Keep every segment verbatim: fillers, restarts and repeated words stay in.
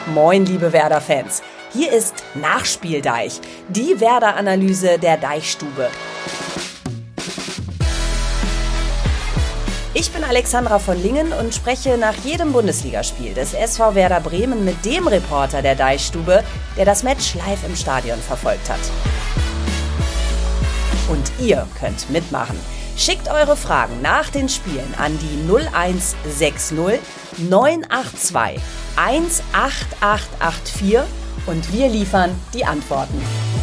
Moin, liebe Werder-Fans. Hier ist Nachspieldeich, die Werder-Analyse der Deichstube. Ich bin Alexandra von Lingen und spreche nach jedem Bundesligaspiel des S V Werder Bremen mit dem Reporter der Deichstube, der das Match live im Stadion verfolgt hat. Und ihr könnt mitmachen. Schickt eure Fragen nach den Spielen an die null eins sechs null neun acht zwei eins acht acht acht vier und wir liefern die Antworten.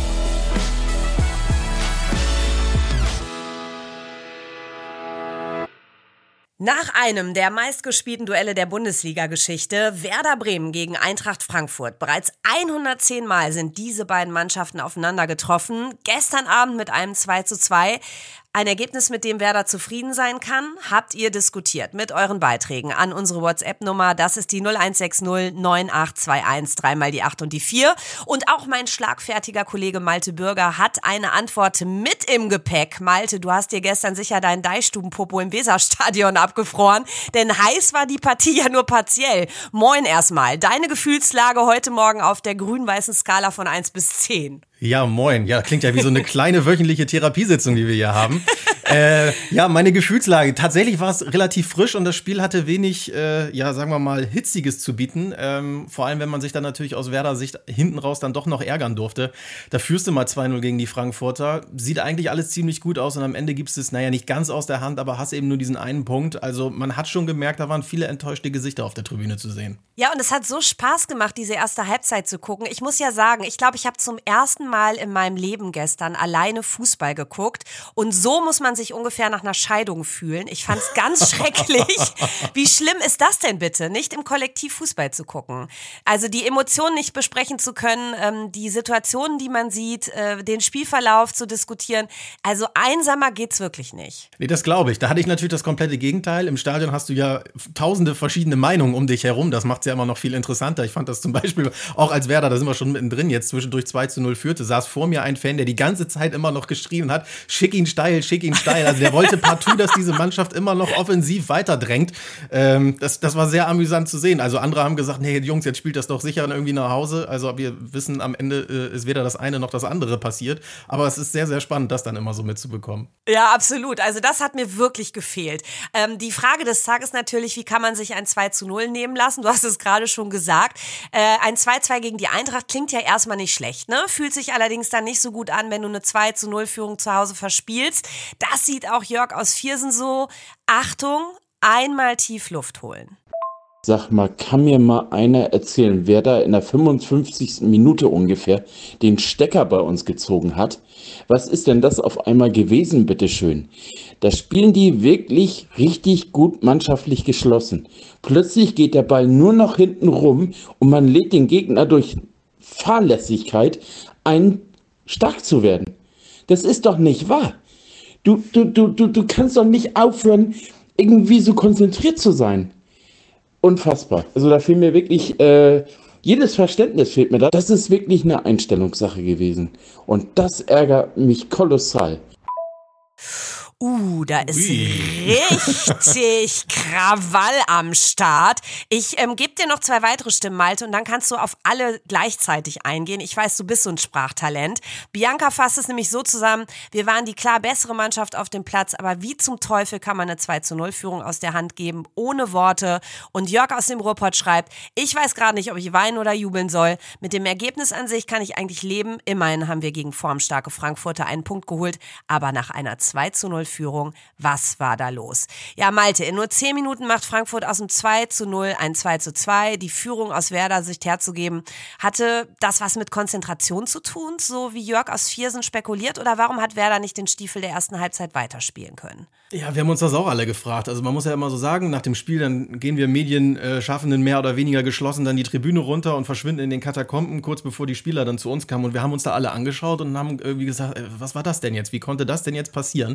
Nach einem der meistgespielten Duelle der Bundesliga-Geschichte, Werder Bremen gegen Eintracht Frankfurt. Bereits hundertzehn Mal sind diese beiden Mannschaften aufeinander getroffen. Gestern Abend mit einem zwei zu zwei. Ein Ergebnis, mit dem Werder zufrieden sein kann, habt ihr diskutiert mit euren Beiträgen an unsere WhatsApp-Nummer. Das ist die null eins sechs null neun acht zwei eins, dreimal die acht und die vier. Und auch mein schlagfertiger Kollege Malte Bürger hat eine Antwort mit im Gepäck. Malte, du hast dir gestern sicher deinen Deichstubenpopo im Weserstadion abgefroren, denn heiß war die Partie ja nur partiell. Moin erstmal, deine Gefühlslage heute Morgen auf der grün-weißen Skala von eins bis zehn. Ja, moin. Ja, klingt ja wie so eine kleine wöchentliche Therapiesitzung, die wir hier haben. äh, ja, meine Gefühlslage. Tatsächlich war es relativ frisch und das Spiel hatte wenig, äh, ja, sagen wir mal, Hitziges zu bieten. Ähm, vor allem, wenn man sich dann natürlich aus Werder-Sicht hinten raus dann doch noch ärgern durfte. Da führst du mal zwei null gegen die Frankfurter. Sieht eigentlich alles ziemlich gut aus und am Ende gibst es, naja, nicht ganz aus der Hand, aber hast eben nur diesen einen Punkt. Also man hat schon gemerkt, da waren viele enttäuschte Gesichter auf der Tribüne zu sehen. Ja, und es hat so Spaß gemacht, diese erste Halbzeit zu gucken. Ich muss ja sagen, ich glaube, ich habe zum ersten Mal in meinem Leben gestern alleine Fußball geguckt. Und so muss man sich ungefähr nach einer Scheidung fühlen. Ich fand es ganz schrecklich. Wie schlimm ist das denn bitte, nicht im Kollektiv Fußball zu gucken? Also die Emotionen nicht besprechen zu können, ähm, die Situationen, die man sieht, äh, den Spielverlauf zu diskutieren. Also einsamer geht's wirklich nicht. Nee, das glaube ich. Da hatte ich natürlich das komplette Gegenteil. Im Stadion hast du ja tausende verschiedene Meinungen um dich herum. Das macht es ja immer noch viel interessanter. Ich fand das zum Beispiel auch als Werder, da sind wir schon mittendrin jetzt, zwischendurch zwei zu null führte, saß vor mir ein Fan, der die ganze Zeit immer noch geschrien hat, schick ihn steil, schick ihn steil. Also der wollte partout, dass diese Mannschaft immer noch offensiv weiterdrängt. Ähm, das, das war sehr amüsant zu sehen. Also andere haben gesagt, nee, Jungs, jetzt spielt das doch sicher irgendwie nach Hause. Also wir wissen, am Ende äh, ist weder das eine noch das andere passiert. Aber es ist sehr, sehr spannend, das dann immer so mitzubekommen. Ja, absolut. Also das hat mir wirklich gefehlt. Ähm, die Frage des Tages natürlich, wie kann man sich ein zwei zu null nehmen lassen? Du hast es gerade schon gesagt. Äh, ein zwei zwei gegen die Eintracht klingt ja erstmal nicht schlecht, ne? Fühlt sich allerdings dann nicht so gut an, wenn du eine zwei zu null Führung zu Hause verspielst. Das sieht auch Jörg aus Viersen so. Achtung, einmal tief Luft holen. Sag mal, kann mir mal einer erzählen, wer da in der fünfundfünfzigsten Minute ungefähr den Stecker bei uns gezogen hat? Was ist denn das auf einmal gewesen, bitteschön? Da spielen die wirklich richtig gut mannschaftlich geschlossen. Plötzlich geht der Ball nur noch hinten rum und man lädt den Gegner durch Fahrlässigkeit ein, stark zu werden. Das ist doch nicht wahr. Du, du, du, du, du kannst doch nicht aufhören, irgendwie so konzentriert zu sein. Unfassbar. Also da fehlt mir wirklich, äh, jedes Verständnis fehlt mir da. Das ist wirklich eine Einstellungssache gewesen. Und das ärgert mich kolossal. Uh, da ist Ui. richtig Krawall am Start. Ich ähm, gebe dir noch zwei weitere Stimmen, Malte, und dann kannst du auf alle gleichzeitig eingehen. Ich weiß, du bist so ein Sprachtalent. Bianca fasst es nämlich so zusammen, wir waren die klar bessere Mannschaft auf dem Platz, aber wie zum Teufel kann man eine zwei zu null Führung aus der Hand geben, ohne Worte? Und Jörg aus dem Ruhrpott schreibt, ich weiß gerade nicht, ob ich weinen oder jubeln soll. Mit dem Ergebnis an sich kann ich eigentlich leben. Immerhin haben wir gegen formstarke Frankfurter einen Punkt geholt, aber nach einer zwei zu null Führung. Was war da los? Ja, Malte, in nur zehn Minuten macht Frankfurt aus dem zwei zu null ein zwei zu zwei. Die Führung aus Werder-Sicht herzugeben. Hatte das was mit Konzentration zu tun, so wie Jörg aus Viersen spekuliert? Oder warum hat Werder nicht den Stiefel der ersten Halbzeit weiterspielen können? Ja, wir haben uns das auch alle gefragt. Also man muss ja immer so sagen, nach dem Spiel, dann gehen wir Medienschaffenden mehr oder weniger geschlossen dann die Tribüne runter und verschwinden in den Katakomben, kurz bevor die Spieler dann zu uns kamen. Und wir haben uns da alle angeschaut und haben irgendwie gesagt, was war das denn jetzt? Wie konnte das denn jetzt passieren?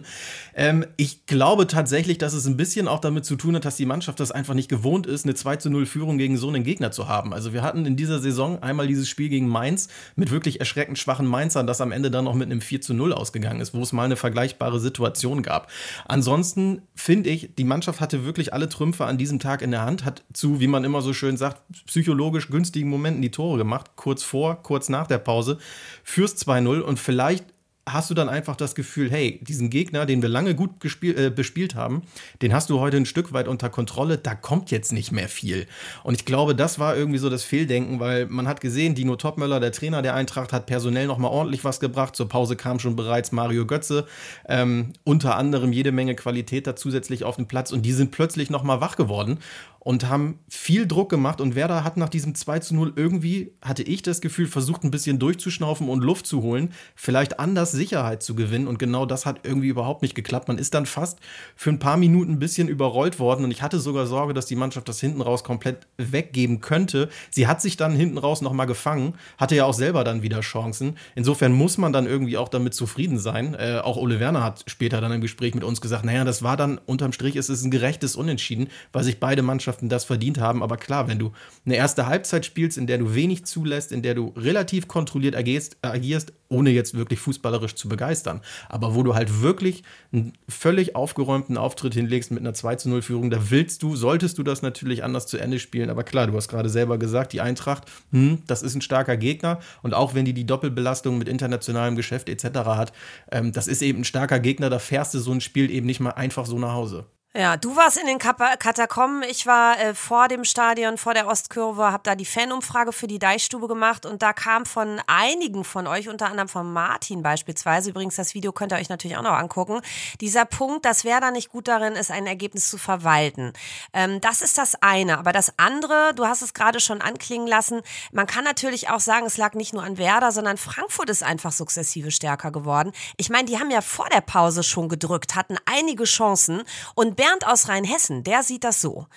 Ähm, ich glaube tatsächlich, dass es ein bisschen auch damit zu tun hat, dass die Mannschaft das einfach nicht gewohnt ist, eine zwei zu null Führung gegen so einen Gegner zu haben. Also wir hatten in dieser Saison einmal dieses Spiel gegen Mainz mit wirklich erschreckend schwachen Mainzern, das am Ende dann noch mit einem vier zu null ausgegangen ist, wo es mal eine vergleichbare Situation gab. Ansonsten finde ich, die Mannschaft hatte wirklich alle Trümpfe an diesem Tag in der Hand, hat zu, wie man immer so schön sagt, psychologisch günstigen Momenten die Tore gemacht, kurz vor, kurz nach der Pause, fürs zwei null und vielleicht hast du dann einfach das Gefühl, hey, diesen Gegner, den wir lange gut gespiel, äh, bespielt haben, den hast du heute ein Stück weit unter Kontrolle, da kommt jetzt nicht mehr viel. Und ich glaube, das war irgendwie so das Fehldenken, weil man hat gesehen, Dino Topmöller, der Trainer der Eintracht, hat personell nochmal ordentlich was gebracht. Zur Pause kam schon bereits Mario Götze, ähm, unter anderem jede Menge Qualität da zusätzlich auf den Platz und die sind plötzlich nochmal wach geworden und haben viel Druck gemacht und Werder hat nach diesem zwei zu null irgendwie, hatte ich das Gefühl, versucht ein bisschen durchzuschnaufen und Luft zu holen, vielleicht anders Sicherheit zu gewinnen und genau das hat irgendwie überhaupt nicht geklappt. Man ist dann fast für ein paar Minuten ein bisschen überrollt worden und ich hatte sogar Sorge, dass die Mannschaft das hinten raus komplett weggeben könnte. Sie hat sich dann hinten raus nochmal gefangen, hatte ja auch selber dann wieder Chancen. Insofern muss man dann irgendwie auch damit zufrieden sein. Äh, auch Ole Werner hat später dann im Gespräch mit uns gesagt, naja, das war dann unterm Strich, es ist ein gerechtes Unentschieden, weil sich beide Mannschaften das verdient haben. Aber klar, wenn du eine erste Halbzeit spielst, in der du wenig zulässt, in der du relativ kontrolliert agierst, agierst ohne jetzt wirklich fußballerisch zu begeistern, aber wo du halt wirklich einen völlig aufgeräumten Auftritt hinlegst mit einer zwei zu null Führung, da willst du, solltest du das natürlich anders zu Ende spielen. Aber klar, du hast gerade selber gesagt, die Eintracht, hm, das ist ein starker Gegner und auch wenn die die Doppelbelastung mit internationalem Geschäft et cetera hat, ähm, das ist eben ein starker Gegner, da fährst du so ein Spiel eben nicht mal einfach so nach Hause. Ja, du warst in den Katakomben, ich war äh, vor dem Stadion, vor der Ostkurve, habe da die Fanumfrage für die Deichstube gemacht und da kam von einigen von euch, unter anderem von Martin beispielsweise, übrigens das Video könnt ihr euch natürlich auch noch angucken, dieser Punkt, dass Werder nicht gut darin ist, ein Ergebnis zu verwalten. Ähm, das ist das eine, aber das andere, du hast es gerade schon anklingen lassen, man kann natürlich auch sagen, es lag nicht nur an Werder, sondern Frankfurt ist einfach sukzessive stärker geworden. Ich meine, die haben ja vor der Pause schon gedrückt, hatten einige Chancen und Bernd aus Rheinhessen, der sieht das so.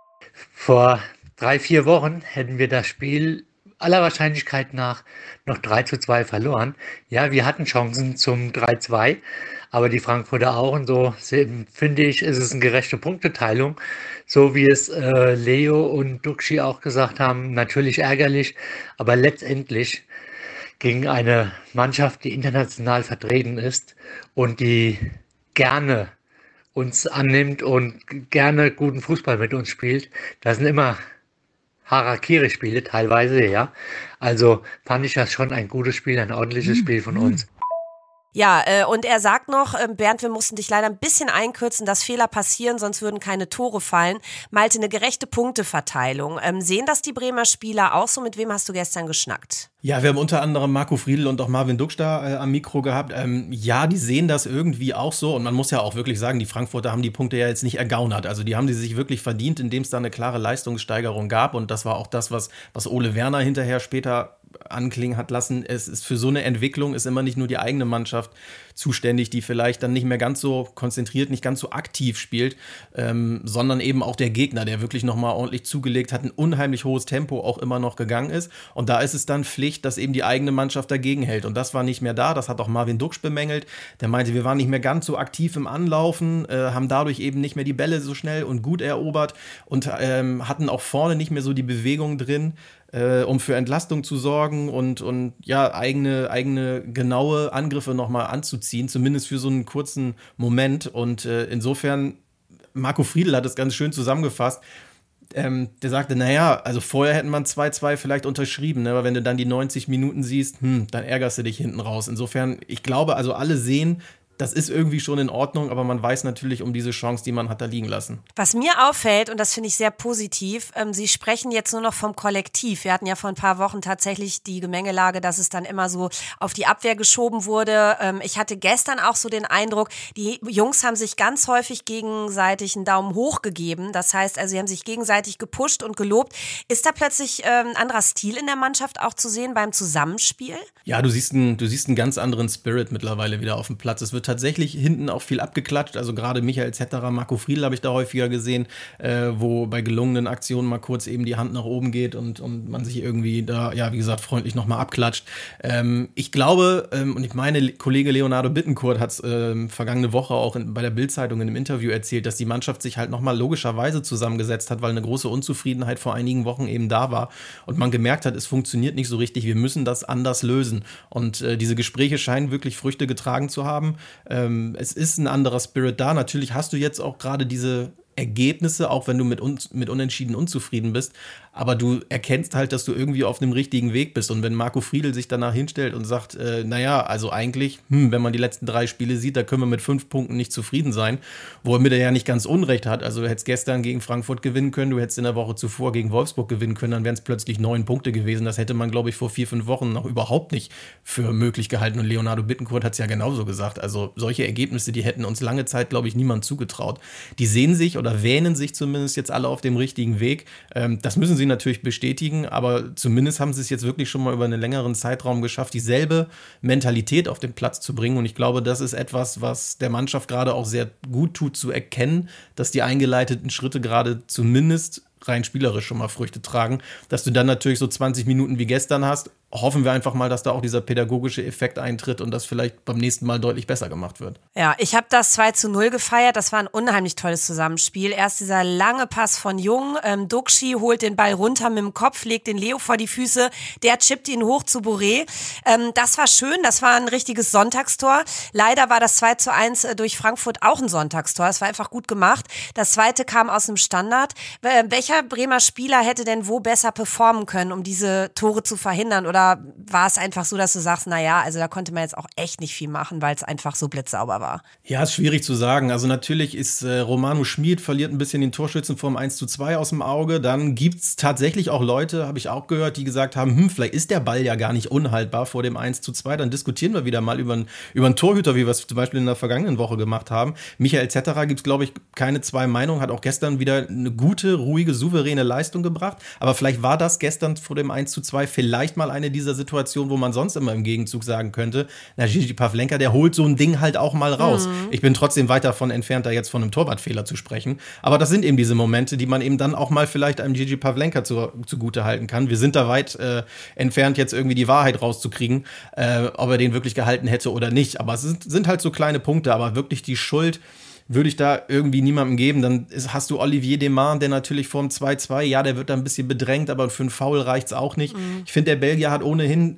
Vor drei, vier Wochen hätten wir das Spiel aller Wahrscheinlichkeit nach noch drei zu zwei verloren. Ja, wir hatten Chancen zum drei zwei, aber die Frankfurter auch. Und so finde ich, ist es eine gerechte Punkteteilung. So wie es äh, Leo und Duxi auch gesagt haben, natürlich ärgerlich, aber letztendlich gegen eine Mannschaft, die international vertreten ist und die gerne uns annimmt und gerne guten Fußball mit uns spielt. Das sind immer Harakiri-Spiele teilweise, ja. Also fand ich das schon ein gutes Spiel, ein ordentliches Spiel von uns. Ja, äh, und er sagt noch, äh, Bernd, wir mussten dich leider ein bisschen einkürzen, dass Fehler passieren, sonst würden keine Tore fallen. Malte, eine gerechte Punkteverteilung. Ähm, sehen das die Bremer Spieler auch so? Mit wem hast du gestern geschnackt? Ja, wir haben unter anderem Marco Friedl und auch Marvin Duksch da äh, am Mikro gehabt. Ähm, ja, die sehen das irgendwie auch so. Und man muss ja auch wirklich sagen, die Frankfurter haben die Punkte ja jetzt nicht ergaunert. Also die haben die sich wirklich verdient, indem es da eine klare Leistungssteigerung gab. Und das war auch das, was, was Ole Werner hinterher später anklingen hat lassen. Es ist für so eine Entwicklung ist immer nicht nur die eigene Mannschaft zuständig, die vielleicht dann nicht mehr ganz so konzentriert, nicht ganz so aktiv spielt, ähm, sondern eben auch der Gegner, der wirklich nochmal ordentlich zugelegt hat, ein unheimlich hohes Tempo auch immer noch gegangen ist. Und da ist es dann Pflicht, dass eben die eigene Mannschaft dagegen hält. Und das war nicht mehr da. Das hat auch Marvin Duksch bemängelt. Der meinte, wir waren nicht mehr ganz so aktiv im Anlaufen, äh, haben dadurch eben nicht mehr die Bälle so schnell und gut erobert und ähm, hatten auch vorne nicht mehr so die Bewegung drin, Äh, um für Entlastung zu sorgen und, und ja, eigene, eigene genaue Angriffe nochmal anzuziehen, zumindest für so einen kurzen Moment. Und äh, insofern, Marco Friedl hat es ganz schön zusammengefasst. Ähm, der sagte, naja, also vorher hätten man zwei zwei vielleicht unterschrieben, ne? Aber wenn du dann die neunzig Minuten siehst, hm, dann ärgerst du dich hinten raus. Insofern, ich glaube, also alle sehen, das ist irgendwie schon in Ordnung, aber man weiß natürlich um diese Chance, die man hat da liegen lassen. Was mir auffällt, und das finde ich sehr positiv, ähm, Sie sprechen jetzt nur noch vom Kollektiv. Wir hatten ja vor ein paar Wochen tatsächlich die Gemengelage, dass es dann immer so auf die Abwehr geschoben wurde. Ähm, ich hatte gestern auch so den Eindruck, die Jungs haben sich ganz häufig gegenseitig einen Daumen hoch gegeben. Das heißt, also sie haben sich gegenseitig gepusht und gelobt. Ist da plötzlich ähm, ein anderer Stil in der Mannschaft auch zu sehen beim Zusammenspiel? Ja, du siehst einen, du siehst einen ganz anderen Spirit mittlerweile wieder auf dem Platz. Es wird tatsächlich hinten auch viel abgeklatscht. Also gerade Michael Zetterer, Marco Friedl habe ich da häufiger gesehen, äh, wo bei gelungenen Aktionen mal kurz eben die Hand nach oben geht und, und man sich irgendwie da, ja, wie gesagt, freundlich nochmal abklatscht. Ähm, ich glaube, ähm, und ich meine, Kollege Leonardo Bittencourt hat es ähm, vergangene Woche auch in, bei der Bild-Zeitung in einem Interview erzählt, dass die Mannschaft sich halt nochmal logischerweise zusammengesetzt hat, weil eine große Unzufriedenheit vor einigen Wochen eben da war und man gemerkt hat, es funktioniert nicht so richtig, wir müssen das anders lösen. Und äh, diese Gespräche scheinen wirklich Früchte getragen zu haben. Ähm, es ist ein anderer Spirit da. Natürlich hast du jetzt auch gerade diese Ergebnisse, auch wenn du mit, un- mit Unentschieden unzufrieden bist, aber du erkennst halt, dass du irgendwie auf einem richtigen Weg bist. Und wenn Marco Friedl sich danach hinstellt und sagt, äh, naja, also eigentlich, hm, wenn man die letzten drei Spiele sieht, da können wir mit fünf Punkten nicht zufrieden sein, womit er ja nicht ganz Unrecht hat. Also du hättest gestern gegen Frankfurt gewinnen können, du hättest in der Woche zuvor gegen Wolfsburg gewinnen können, dann wären es plötzlich neun Punkte gewesen. Das hätte man, glaube ich, vor vier, fünf Wochen noch überhaupt nicht für möglich gehalten. Und Leonardo Bittencourt hat es ja genauso gesagt. Also solche Ergebnisse, die hätten uns lange Zeit, glaube ich, niemand zugetraut. Die sehen sich oder wähnen sich zumindest jetzt alle auf dem richtigen Weg. Ähm, das müssen sie natürlich bestätigen, aber zumindest haben sie es jetzt wirklich schon mal über einen längeren Zeitraum geschafft, dieselbe Mentalität auf den Platz zu bringen. Und ich glaube, das ist etwas, was der Mannschaft gerade auch sehr gut tut, zu erkennen, dass die eingeleiteten Schritte gerade zumindest rein spielerisch schon mal Früchte tragen. Dass du dann natürlich so zwanzig Minuten wie gestern hast, hoffen wir einfach mal, dass da auch dieser pädagogische Effekt eintritt und das vielleicht beim nächsten Mal deutlich besser gemacht wird. Ja, ich habe das zwei zu null gefeiert. Das war ein unheimlich tolles Zusammenspiel. Erst dieser lange Pass von Jung. Ähm, Duxi holt den Ball runter mit dem Kopf, legt den Leo vor die Füße. Der chippt ihn hoch zu Boré. Ähm, das war schön. Das war ein richtiges Sonntagstor. Leider war das zwei zu eins durch Frankfurt auch ein Sonntagstor. Es war einfach gut gemacht. Das zweite kam aus dem Standard. Äh, welcher Bremer Spieler hätte denn wo besser performen können, um diese Tore zu verhindern? Oder war es einfach so, dass du sagst, naja, also da konnte man jetzt auch echt nicht viel machen, weil es einfach so blitzsauber war? Ja, ist schwierig zu sagen. Also natürlich ist äh, Romano Schmid verliert ein bisschen den Torschützen vom eins zu zwei aus dem Auge. Dann gibt es tatsächlich auch Leute, habe ich auch gehört, die gesagt haben, hm, vielleicht ist der Ball ja gar nicht unhaltbar vor dem eins zu zwei. Dann diskutieren wir wieder mal über einen über einen Torhüter, wie wir es zum Beispiel in der vergangenen Woche gemacht haben. Michael Zetterer gibt es, glaube ich, keine zwei Meinungen, hat auch gestern wieder eine gute, ruhige, souveräne Leistung gebracht. Aber vielleicht war das gestern vor dem eins zu zwei vielleicht mal eine dieser Situationen, wo man sonst immer im Gegenzug sagen könnte, na, Gigi Pavlenka, der holt so ein Ding halt auch mal raus. Mhm. Ich bin trotzdem weit davon entfernt, da jetzt von einem Torwartfehler zu sprechen. Aber das sind eben diese Momente, die man eben dann auch mal vielleicht einem Gigi Pavlenka zu, zugute halten kann. Wir sind da weit äh, entfernt, jetzt irgendwie die Wahrheit rauszukriegen, äh, ob er den wirklich gehalten hätte oder nicht. Aber es sind, sind halt so kleine Punkte, aber wirklich die Schuld würde ich da irgendwie niemandem geben. Dann ist, hast du Olivier Demar, der natürlich vorm zwei zu zwei, ja, der wird da ein bisschen bedrängt, aber für einen Foul reicht's auch nicht. Mhm. Ich finde, der Belgier hat ohnehin,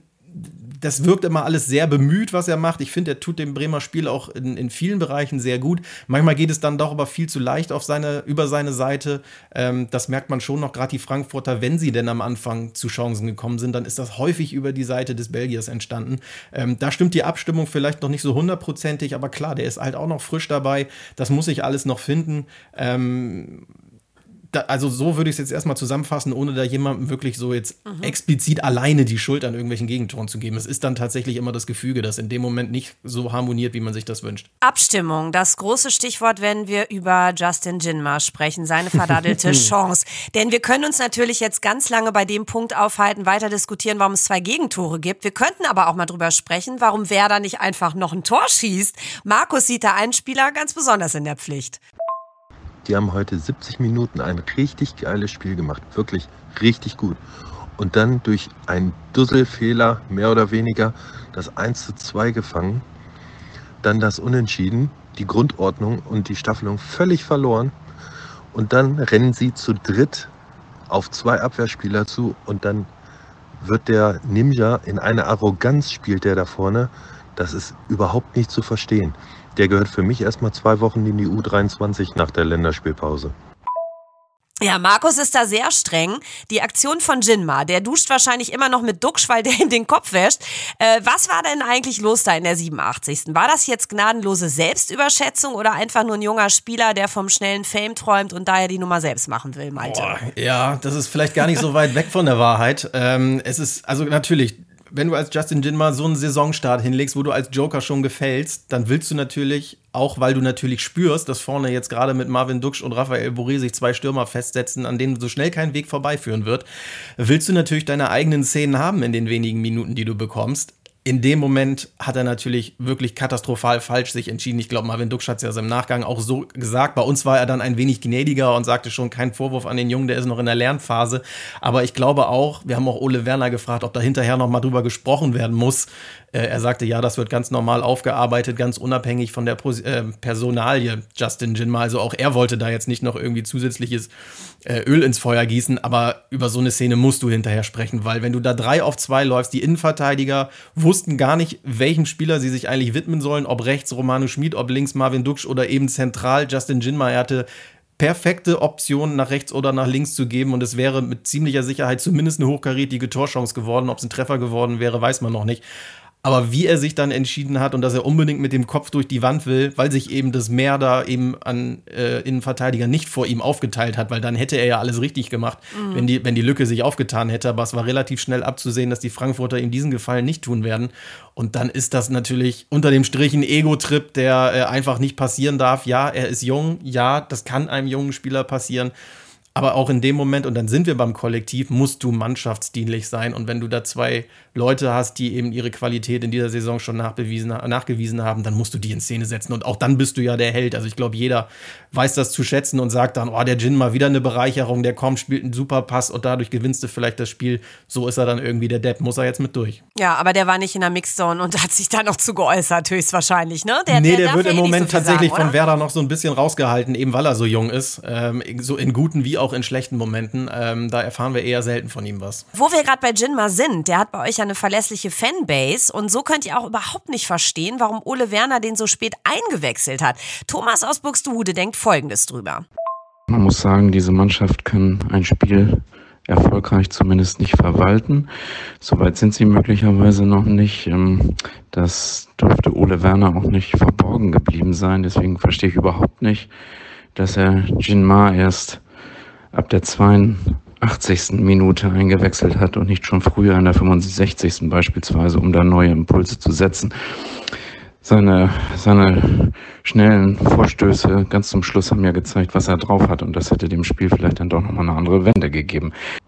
das wirkt immer alles sehr bemüht, was er macht. Ich finde, er tut dem Bremer Spiel auch in, in vielen Bereichen sehr gut. Manchmal geht es dann doch aber viel zu leicht auf seine, über seine Seite. Ähm, das merkt man schon noch, gerade die Frankfurter, wenn sie denn am Anfang zu Chancen gekommen sind, dann ist das häufig über die Seite des Belgiers entstanden. Ähm, da stimmt die Abstimmung vielleicht noch nicht so hundertprozentig, aber klar, der ist halt auch noch frisch dabei. Das muss ich alles noch finden. Ähm, Da, also so würde ich es jetzt erstmal zusammenfassen, ohne da jemandem wirklich so jetzt mhm. explizit alleine die Schuld an irgendwelchen Gegentoren zu geben. Es ist dann tatsächlich immer das Gefüge, das in dem Moment nicht so harmoniert, wie man sich das wünscht. Abstimmung, das große Stichwort, wenn wir über Justin Jinma sprechen, seine verdadelte Chance. Denn wir können uns natürlich jetzt ganz lange bei dem Punkt aufhalten, weiter diskutieren, warum es zwei Gegentore gibt. Wir könnten aber auch mal drüber sprechen, warum Werder nicht einfach noch ein Tor schießt. Markus sieht da einen Spieler ganz besonders in der Pflicht. Die haben heute siebzig Minuten ein richtig geiles Spiel gemacht. Wirklich richtig gut. Und dann durch einen Dusselfehler, mehr oder weniger, das eins zu zwei gefangen. Dann das Unentschieden, die Grundordnung und die Staffelung völlig verloren. Und dann rennen sie zu dritt auf zwei Abwehrspieler zu. Und dann wird der Nimja in eine Arroganz, spielt der da vorne. Das ist überhaupt nicht zu verstehen. Der gehört für mich erstmal zwei Wochen in die U dreiundzwanzig nach der Länderspielpause. Ja, Markus ist da sehr streng. Die Aktion von Jinma, der duscht wahrscheinlich immer noch mit Duxch, weil der in den Kopf wäscht. Äh, was war denn eigentlich los da in der siebenundachtzigsten War das jetzt gnadenlose Selbstüberschätzung oder einfach nur ein junger Spieler, der vom schnellen Fame träumt und daher die Nummer selbst machen will, Malte? Boah, ja, das ist vielleicht gar nicht so weit weg von der Wahrheit. Ähm, es ist, also natürlich, wenn du als Justin Jinma so einen Saisonstart hinlegst, wo du als Joker schon gefällst, dann willst du natürlich, auch weil du natürlich spürst, dass vorne jetzt gerade mit Marvin Duxch und Raphael Boré sich zwei Stürmer festsetzen, an denen so schnell kein Weg vorbeiführen wird, willst du natürlich deine eigenen Szenen haben in den wenigen Minuten, die du bekommst. In dem Moment hat er natürlich wirklich katastrophal falsch sich entschieden. Ich glaube, Marvin Duksch hat es ja im Nachgang auch so gesagt. Bei uns war er dann ein wenig gnädiger und sagte schon, kein Vorwurf an den Jungen, der ist noch in der Lernphase. Aber ich glaube auch, wir haben auch Ole Werner gefragt, ob da hinterher noch mal drüber gesprochen werden muss. Äh, er sagte, ja, das wird ganz normal aufgearbeitet, ganz unabhängig von der Pos- äh, Personalie Justin Jinma. Also auch er wollte da jetzt nicht noch irgendwie zusätzliches äh, Öl ins Feuer gießen. Aber über so eine Szene musst du hinterher sprechen, weil wenn du da drei auf zwei läufst, die Innenverteidiger wussten gar nicht, welchem Spieler sie sich eigentlich widmen sollen, ob rechts Romano Schmid, ob links Marvin Duksch oder eben zentral Justin Jinma. Er hatte perfekte Optionen nach rechts oder nach links zu geben und es wäre mit ziemlicher Sicherheit zumindest eine hochkarätige Torchance geworden. Ob es ein Treffer geworden wäre, weiß man noch nicht. Aber wie er sich dann entschieden hat und dass er unbedingt mit dem Kopf durch die Wand will, weil sich eben das Mehr da eben an äh, Innenverteidiger nicht vor ihm aufgeteilt hat, weil dann hätte er ja alles richtig gemacht, mhm. wenn die, wenn die Lücke sich aufgetan hätte. Aber es war relativ schnell abzusehen, dass die Frankfurter ihm diesen Gefallen nicht tun werden. Und dann ist das natürlich unter dem Strich ein Ego-Trip, der äh, einfach nicht passieren darf. Ja, er ist jung. Ja, das kann einem jungen Spieler passieren. Aber auch in dem Moment, und dann sind wir beim Kollektiv, musst du mannschaftsdienlich sein. Und wenn du da zwei Leute hast, die eben ihre Qualität in dieser Saison schon nachbewiesen, nachgewiesen haben, dann musst du die in Szene setzen. Und auch dann bist du ja der Held. Also ich glaube, jeder weiß das zu schätzen und sagt dann, oh, der Gin mal wieder eine Bereicherung, der kommt, spielt einen super Pass und dadurch gewinnst du vielleicht das Spiel. So ist er dann irgendwie der Depp, muss er jetzt mit durch. Ja, aber der war nicht in der Mixzone und hat sich da noch zu geäußert, höchstwahrscheinlich, ne? Der, nee, der, der wird im Moment so tatsächlich sagen, von oder? Werder noch so ein bisschen rausgehalten, eben weil er so jung ist. Ähm, so in guten wie auch in schlechten Momenten. Ähm, da erfahren wir eher selten von ihm was. Wo wir gerade bei Jinma sind, der hat bei euch ja eine verlässliche Fanbase und so könnt ihr auch überhaupt nicht verstehen, warum Ole Werner den so spät eingewechselt hat. Thomas aus Buxtehude denkt Folgendes drüber. Man muss sagen, diese Mannschaft kann ein Spiel erfolgreich zumindest nicht verwalten. Soweit sind sie möglicherweise noch nicht. Das dürfte Ole Werner auch nicht verborgen geblieben sein. Deswegen verstehe ich überhaupt nicht, dass er Jinma erst ab der zweiundachtzigsten Minute eingewechselt hat und nicht schon früher in der fünfundsechzigsten beispielsweise, um da neue Impulse zu setzen. Seine, seine schnellen Vorstöße ganz zum Schluss haben ja gezeigt, was er drauf hat, und das hätte dem Spiel vielleicht dann doch nochmal eine andere Wende gegeben.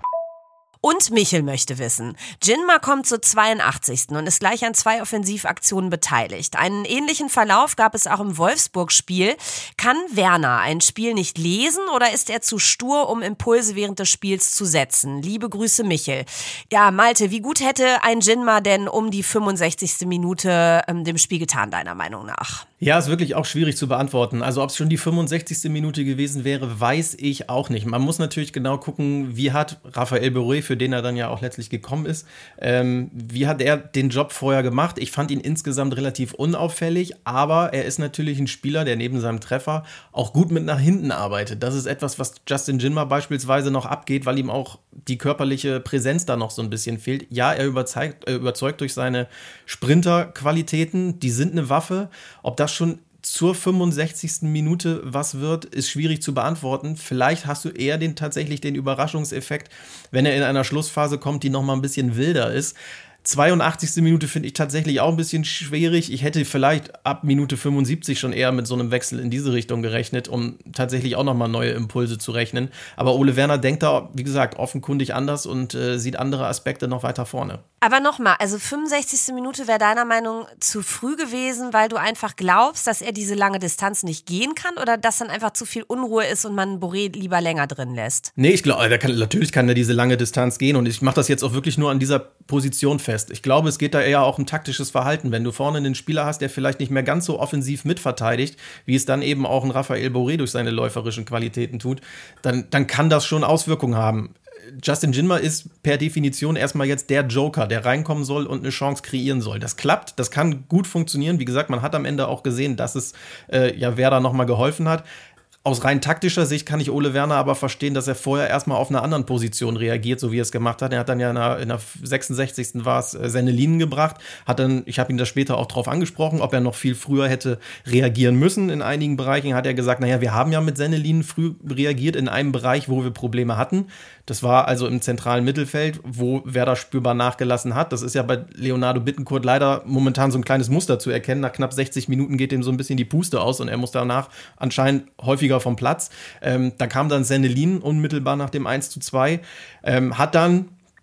Und Michel möchte wissen, Jinma kommt zur zweiundachtzigsten und ist gleich an zwei Offensivaktionen beteiligt. Einen ähnlichen Verlauf gab es auch im Wolfsburg-Spiel. Kann Werner ein Spiel nicht lesen oder ist er zu stur, um Impulse während des Spiels zu setzen? Liebe Grüße, Michel. Ja, Malte, wie gut hätte ein Jinma denn um die fünfundsechzigste Minute ähm, dem Spiel getan, deiner Meinung nach? Ja, ist wirklich auch schwierig zu beantworten. Also ob es schon die fünfundsechzigste Minute gewesen wäre, weiß ich auch nicht. Man muss natürlich genau gucken, wie hat Raphael Boré, für den er dann ja auch letztlich gekommen ist, ähm, wie hat er den Job vorher gemacht? Ich fand ihn insgesamt relativ unauffällig, aber er ist natürlich ein Spieler, der neben seinem Treffer auch gut mit nach hinten arbeitet. Das ist etwas, was Justin Jinma beispielsweise noch abgeht, weil ihm auch die körperliche Präsenz da noch so ein bisschen fehlt. Ja, er überzeugt, äh, überzeugt durch seine Sprinterqualitäten, die sind eine Waffe. Ob das schon zur fünfundsechzigsten Minute was wird, ist schwierig zu beantworten. Vielleicht hast du eher den tatsächlich den Überraschungseffekt, wenn er in einer Schlussphase kommt, die noch mal ein bisschen wilder ist. zweiundachtzigste Minute finde ich tatsächlich auch ein bisschen schwierig. Ich hätte vielleicht ab Minute fünfundsiebzig schon eher mit so einem Wechsel in diese Richtung gerechnet, um tatsächlich auch nochmal neue Impulse zu rechnen. Aber Ole Werner denkt da, wie gesagt, offenkundig anders und äh, sieht andere Aspekte noch weiter vorne. Aber nochmal, also fünfundsechzigste Minute wäre deiner Meinung zu früh gewesen, weil du einfach glaubst, dass er diese lange Distanz nicht gehen kann oder dass dann einfach zu viel Unruhe ist und man Boré lieber länger drin lässt? Nee, ich glaube, natürlich kann er diese lange Distanz gehen und ich mache das jetzt auch wirklich nur an dieser Position fest. Ich glaube, es geht da eher auch um taktisches Verhalten. Wenn du vorne einen Spieler hast, der vielleicht nicht mehr ganz so offensiv mitverteidigt, wie es dann eben auch ein Raphael Boré durch seine läuferischen Qualitäten tut, dann, dann kann das schon Auswirkungen haben. Justin Jinma ist per Definition erstmal jetzt der Joker, der reinkommen soll und eine Chance kreieren soll. Das klappt, das kann gut funktionieren. Wie gesagt, man hat am Ende auch gesehen, dass es äh, ja Werder nochmal geholfen hat. Aus rein taktischer Sicht kann ich Ole Werner aber verstehen, dass er vorher erstmal auf einer anderen Position reagiert, so wie er es gemacht hat. Er hat dann ja in der, in der sechsundsechzigsten war es äh, Sennelin gebracht, hat dann, ich habe ihn da später auch drauf angesprochen, ob er noch viel früher hätte reagieren müssen. In einigen Bereichen hat er gesagt, naja, wir haben ja mit Sennelin früh reagiert in einem Bereich, wo wir Probleme hatten. Das war also im zentralen Mittelfeld, wo Werder spürbar nachgelassen hat. Das ist ja bei Leonardo Bittencourt leider momentan so ein kleines Muster zu erkennen. Nach knapp sechzig Minuten geht ihm so ein bisschen die Puste aus und er muss danach anscheinend häufiger vom Platz. Ähm, da kam dann Sennelin unmittelbar nach dem eins zu zwei, ähm, hat dann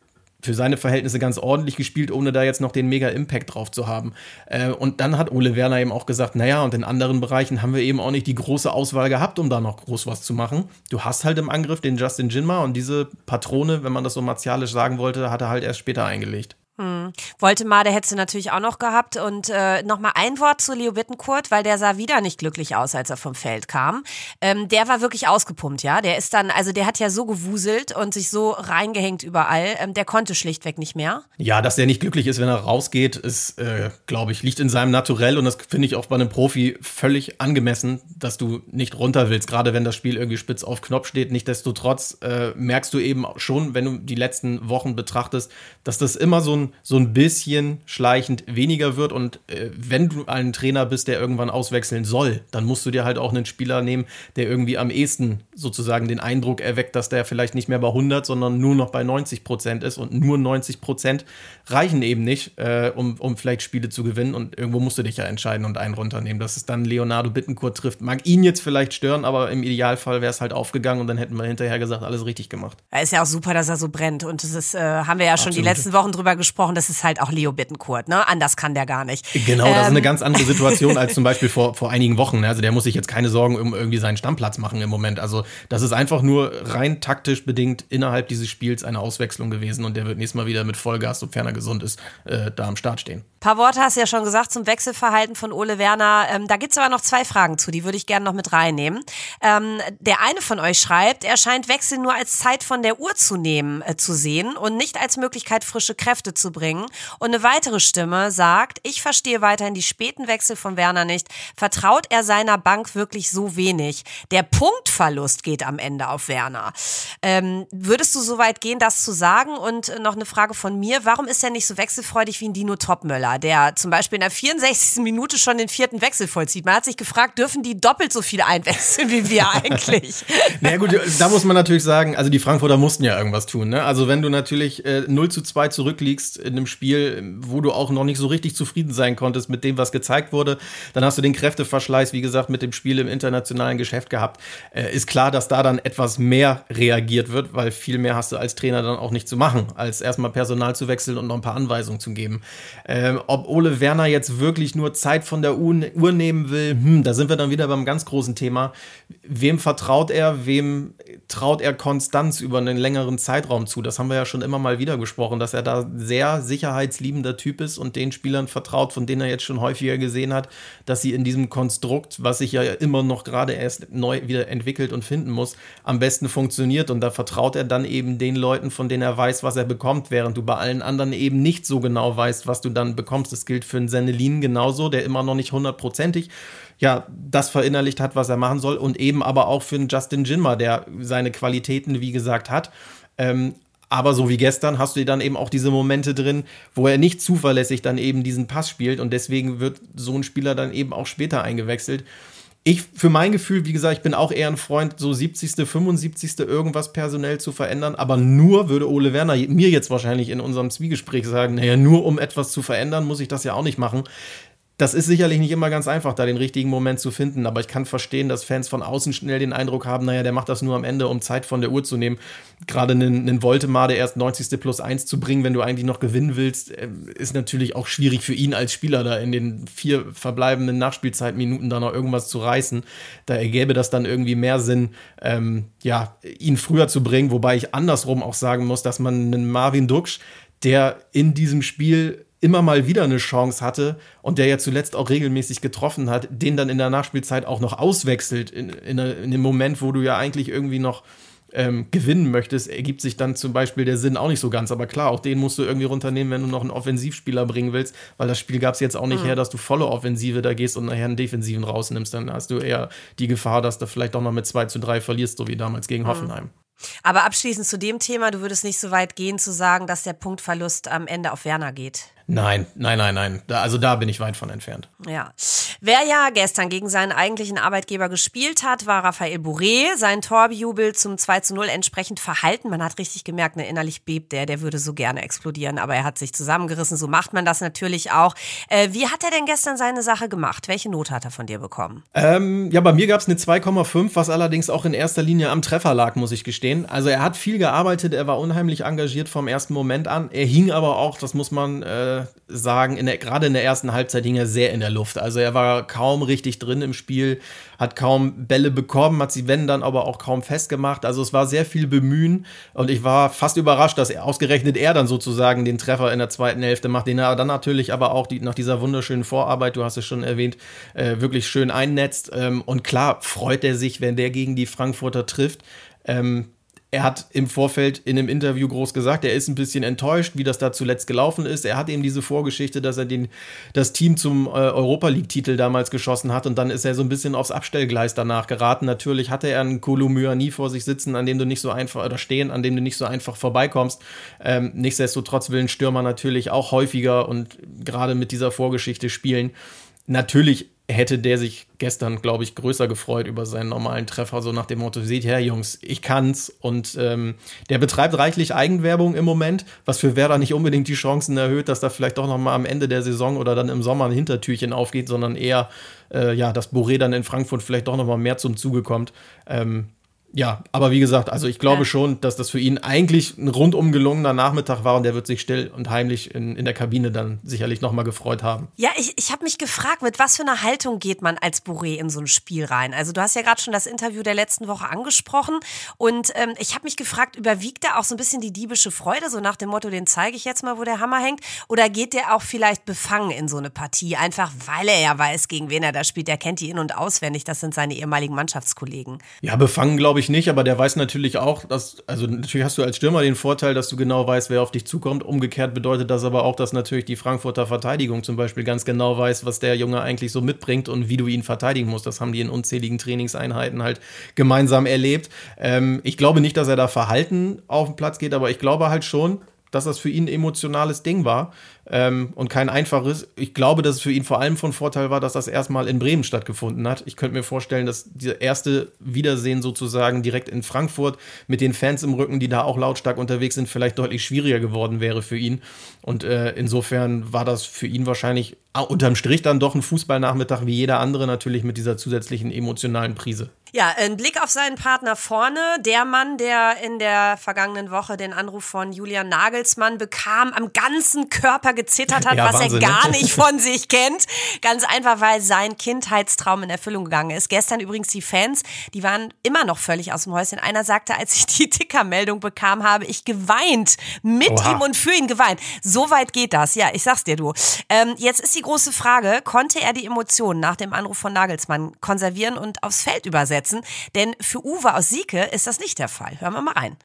für seine Verhältnisse ganz ordentlich gespielt, ohne da jetzt noch den Mega-Impact drauf zu haben. Äh, und dann hat Ole Werner eben auch gesagt, naja, und in anderen Bereichen haben wir eben auch nicht die große Auswahl gehabt, um da noch groß was zu machen. Du hast halt im Angriff den Justin Jinma und diese Patrone, wenn man das so martialisch sagen wollte, hat er halt erst später eingelegt. Hm. Woltemade hättest du natürlich auch noch gehabt. Und äh, nochmal ein Wort zu Leo Bittencourt, weil der sah wieder nicht glücklich aus, als er vom Feld kam. Ähm, der war wirklich ausgepumpt, ja. Der ist dann, also der hat ja so gewuselt und sich so reingehängt überall. Ähm, der konnte schlichtweg nicht mehr. Ja, dass der nicht glücklich ist, wenn er rausgeht, ist, äh, glaube ich, liegt in seinem Naturell. Und das finde ich auch bei einem Profi völlig angemessen, dass du nicht runter willst, gerade wenn das Spiel irgendwie spitz auf Knopf steht. Nichtsdestotrotz äh, merkst du eben schon, wenn du die letzten Wochen betrachtest, dass das immer so ein so ein bisschen schleichend weniger wird und äh, wenn du ein Trainer bist, der irgendwann auswechseln soll, dann musst du dir halt auch einen Spieler nehmen, der irgendwie am ehesten sozusagen den Eindruck erweckt, dass der vielleicht nicht mehr bei hundert, sondern nur noch bei neunzig Prozent ist und nur neunzig Prozent reichen eben nicht, äh, um, um vielleicht Spiele zu gewinnen und irgendwo musst du dich ja entscheiden und einen runternehmen. Dass es dann Leonardo Bittencourt trifft, mag ihn jetzt vielleicht stören, aber im Idealfall wäre es halt aufgegangen und dann hätten wir hinterher gesagt, alles richtig gemacht. Ja, ist ja auch super, dass er so brennt und das ist, äh, haben wir ja schon Absolut. Die letzten Wochen drüber gesprochen. Das ist halt auch Leo Bittencourt, ne? Anders kann der gar nicht. Genau, das ähm. ist eine ganz andere Situation als zum Beispiel vor, vor einigen Wochen. Also der muss sich jetzt keine Sorgen um irgendwie seinen Stammplatz machen im Moment. Also das ist einfach nur rein taktisch bedingt innerhalb dieses Spiels eine Auswechslung gewesen und der wird nächstes Mal wieder mit Vollgas, sofern er gesund ist, äh, da am Start stehen. Ein paar Worte hast du ja schon gesagt zum Wechselverhalten von Ole Werner. Ähm, da gibt's aber noch zwei Fragen zu, die würde ich gerne noch mit reinnehmen. Ähm, der eine von euch schreibt, er scheint Wechsel nur als Zeit von der Uhr zu nehmen, äh, zu sehen und nicht als Möglichkeit, frische Kräfte zu bringen. Und eine weitere Stimme sagt, ich verstehe weiterhin die späten Wechsel von Werner nicht. Vertraut er seiner Bank wirklich so wenig? Der Punktverlust geht am Ende auf Werner. Ähm, würdest du so weit gehen, das zu sagen? Und noch eine Frage von mir, warum ist er nicht so wechselfreudig wie ein Dino Topmöller, der zum Beispiel in der vierundsechzigsten Minute schon den vierten Wechsel vollzieht? Man hat sich gefragt, dürfen die doppelt so viel einwechseln wie wir eigentlich? Na ja, gut, da muss man natürlich sagen, also die Frankfurter mussten ja irgendwas tun, ne? Also wenn du natürlich äh, null zu zwei zurückliegst in einem Spiel, wo du auch noch nicht so richtig zufrieden sein konntest mit dem, was gezeigt wurde, dann hast du den Kräfteverschleiß, wie gesagt, mit dem Spiel im internationalen Geschäft gehabt. Äh, ist klar, dass da dann etwas mehr reagiert wird, weil viel mehr hast du als Trainer dann auch nicht zu machen, als erstmal Personal zu wechseln und noch ein paar Anweisungen zu geben. Ähm, ob Ole Werner jetzt wirklich nur Zeit von der Uhr nehmen will, hm, da sind wir dann wieder beim ganz großen Thema. Wem vertraut er, wem traut er Konstanz über einen längeren Zeitraum zu? Das haben wir ja schon immer mal wieder gesprochen, dass er da sehr sicherheitsliebender Typ ist und den Spielern vertraut, von denen er jetzt schon häufiger gesehen hat, dass sie in diesem Konstrukt, was sich ja immer noch gerade erst neu wieder entwickelt und finden muss, am besten funktioniert. Und da vertraut er dann eben den Leuten, von denen er weiß, was er bekommt, während du bei allen anderen eben nicht so genau weißt, was du dann bekommst. Das gilt für einen Sennelin genauso, der immer noch nicht hundertprozentig ja, das verinnerlicht hat, was er machen soll, und eben aber auch für einen Justin Jinma, der seine Qualitäten, wie gesagt, hat. Ähm, aber so wie gestern hast du dann eben auch diese Momente drin, wo er nicht zuverlässig dann eben diesen Pass spielt und deswegen wird so ein Spieler dann eben auch später eingewechselt. Ich, für mein Gefühl, wie gesagt, ich bin auch eher ein Freund, so siebzigste, fünfundsiebzigste irgendwas personell zu verändern, aber nur, würde Ole Werner mir jetzt wahrscheinlich in unserem Zwiegespräch sagen, naja, nur um etwas zu verändern, muss ich das ja auch nicht machen. Das ist sicherlich nicht immer ganz einfach, da den richtigen Moment zu finden, aber ich kann verstehen, dass Fans von außen schnell den Eindruck haben, naja, der macht das nur am Ende, um Zeit von der Uhr zu nehmen. Gerade einen, einen Woltemade erst neunzigste plus eins zu bringen, wenn du eigentlich noch gewinnen willst, ist natürlich auch schwierig für ihn als Spieler, da in den vier verbleibenden Nachspielzeitminuten da noch irgendwas zu reißen. Da ergäbe das dann irgendwie mehr Sinn, ähm, ja, ihn früher zu bringen, wobei ich andersrum auch sagen muss, dass man einen Marvin Duksch, der in diesem Spiel immer mal wieder eine Chance hatte und der ja zuletzt auch regelmäßig getroffen hat, den dann in der Nachspielzeit auch noch auswechselt, in, in, in dem Moment, wo du ja eigentlich irgendwie noch ähm, gewinnen möchtest, ergibt sich dann zum Beispiel der Sinn auch nicht so ganz. Aber klar, auch den musst du irgendwie runternehmen, wenn du noch einen Offensivspieler bringen willst, weil das Spiel gab es jetzt auch nicht mhm. her, dass du volle Offensive da gehst und nachher einen Defensiven rausnimmst. Dann hast du eher die Gefahr, dass du vielleicht auch noch mit zwei zu drei verlierst, so wie damals gegen mhm. Hoffenheim. Aber abschließend zu dem Thema, du würdest nicht so weit gehen zu sagen, dass der Punktverlust am Ende auf Werner geht. Nein, nein, nein, nein. Da, also da bin ich weit von entfernt. Ja. Wer ja gestern gegen seinen eigentlichen Arbeitgeber gespielt hat, war Raphael Bourré. Sein Torbejubel zum zwei zu null entsprechend verhalten. Man hat richtig gemerkt, ne, innerlich bebt der, der würde so gerne explodieren, aber er hat sich zusammengerissen. So macht man das natürlich auch. Äh, wie hat er denn gestern seine Sache gemacht? Welche Note hat er von dir bekommen? Ähm, ja, bei mir gab es eine zwei Komma fünf, was allerdings auch in erster Linie am Treffer lag, muss ich gestehen. Also er hat viel gearbeitet, er war unheimlich engagiert vom ersten Moment an. Er hing aber auch, das muss man äh, sagen, in der, gerade in der ersten Halbzeit hing er sehr in der Luft. Also er war kaum richtig drin im Spiel, hat kaum Bälle bekommen, hat sie, wenn dann, aber auch kaum festgemacht. Also es war sehr viel Bemühen und ich war fast überrascht, dass er ausgerechnet er dann sozusagen den Treffer in der zweiten Hälfte macht, den er dann natürlich aber auch die, nach dieser wunderschönen Vorarbeit, du hast es schon erwähnt, äh, wirklich schön einnetzt. Ähm, und klar freut er sich, wenn der gegen die Frankfurter trifft. Ähm, Er hat im Vorfeld in einem Interview groß gesagt, er ist ein bisschen enttäuscht, wie das da zuletzt gelaufen ist. Er hat eben diese Vorgeschichte, dass er den, das Team zum äh, Europa-League-Titel damals geschossen hat und dann ist er so ein bisschen aufs Abstellgleis danach geraten. Natürlich hatte er einen Kolo Muani vor sich sitzen, an dem du nicht so einfach, oder stehen, an dem du nicht so einfach vorbeikommst. Ähm, nichtsdestotrotz will ein Stürmer natürlich auch häufiger und gerade mit dieser Vorgeschichte spielen. Natürlich hätte der sich gestern, glaube ich, größer gefreut über seinen normalen Treffer, so nach dem Motto, seht her, Jungs, ich kann's. Und ähm, der betreibt reichlich Eigenwerbung im Moment, was für Werder nicht unbedingt die Chancen erhöht, dass da vielleicht doch noch mal am Ende der Saison oder dann im Sommer ein Hintertürchen aufgeht, sondern eher, äh, ja, dass Bourré dann in Frankfurt vielleicht doch noch mal mehr zum Zuge kommt. Ähm, Ja, aber wie gesagt, also ich glaube ja. schon, dass das für ihn eigentlich ein rundum gelungener Nachmittag war und der wird sich still und heimlich in, in der Kabine dann sicherlich nochmal gefreut haben. Ja, ich, ich habe mich gefragt, mit was für einer Haltung geht man als Bourré in so ein Spiel rein? Also du hast ja gerade schon das Interview der letzten Woche angesprochen und ähm, ich habe mich gefragt, überwiegt da auch so ein bisschen die diebische Freude, so nach dem Motto, den zeige ich jetzt mal, wo der Hammer hängt? Oder geht der auch vielleicht befangen in so eine Partie, einfach weil er ja weiß, gegen wen er da spielt? Der kennt die in- und auswendig, das sind seine ehemaligen Mannschaftskollegen. Ja, befangen glaube ich nicht, aber der weiß natürlich auch, dass, also natürlich hast du als Stürmer den Vorteil, dass du genau weißt, wer auf dich zukommt. Umgekehrt bedeutet das aber auch, dass natürlich die Frankfurter Verteidigung zum Beispiel ganz genau weiß, was der Junge eigentlich so mitbringt und wie du ihn verteidigen musst. Das haben die in unzähligen Trainingseinheiten halt gemeinsam erlebt. Ähm, ich glaube nicht, dass er da verhalten auf den Platz geht, aber ich glaube halt schon, dass das für ihn ein emotionales Ding war ähm, und kein einfaches. Ich glaube, dass es für ihn vor allem von Vorteil war, dass das erstmal in Bremen stattgefunden hat. Ich könnte mir vorstellen, dass dieser erste Wiedersehen sozusagen direkt in Frankfurt mit den Fans im Rücken, die da auch lautstark unterwegs sind, vielleicht deutlich schwieriger geworden wäre für ihn. Und äh, insofern war das für ihn wahrscheinlich unterm Strich dann doch ein Fußballnachmittag wie jeder andere, natürlich mit dieser zusätzlichen emotionalen Prise. Ja, ein Blick auf seinen Partner vorne. Der Mann, der in der vergangenen Woche den Anruf von Julian Nagelsmann bekam, am ganzen Körper gezittert hat, ja, was Wahnsinn, er gar ne? nicht von sich kennt. Ganz einfach, weil sein Kindheitstraum in Erfüllung gegangen ist. Gestern übrigens die Fans, die waren immer noch völlig aus dem Häuschen. Einer sagte, als ich die Tickermeldung bekam, habe ich geweint. Mit Oha. ihm und für ihn geweint. So weit geht das. Ja, ich sag's dir, du. Ähm, jetzt ist die große Frage, konnte er die Emotionen nach dem Anruf von Nagelsmann konservieren und aufs Feld übersetzen? Denn für Uwe aus Sieke ist das nicht der Fall. Hören wir mal rein.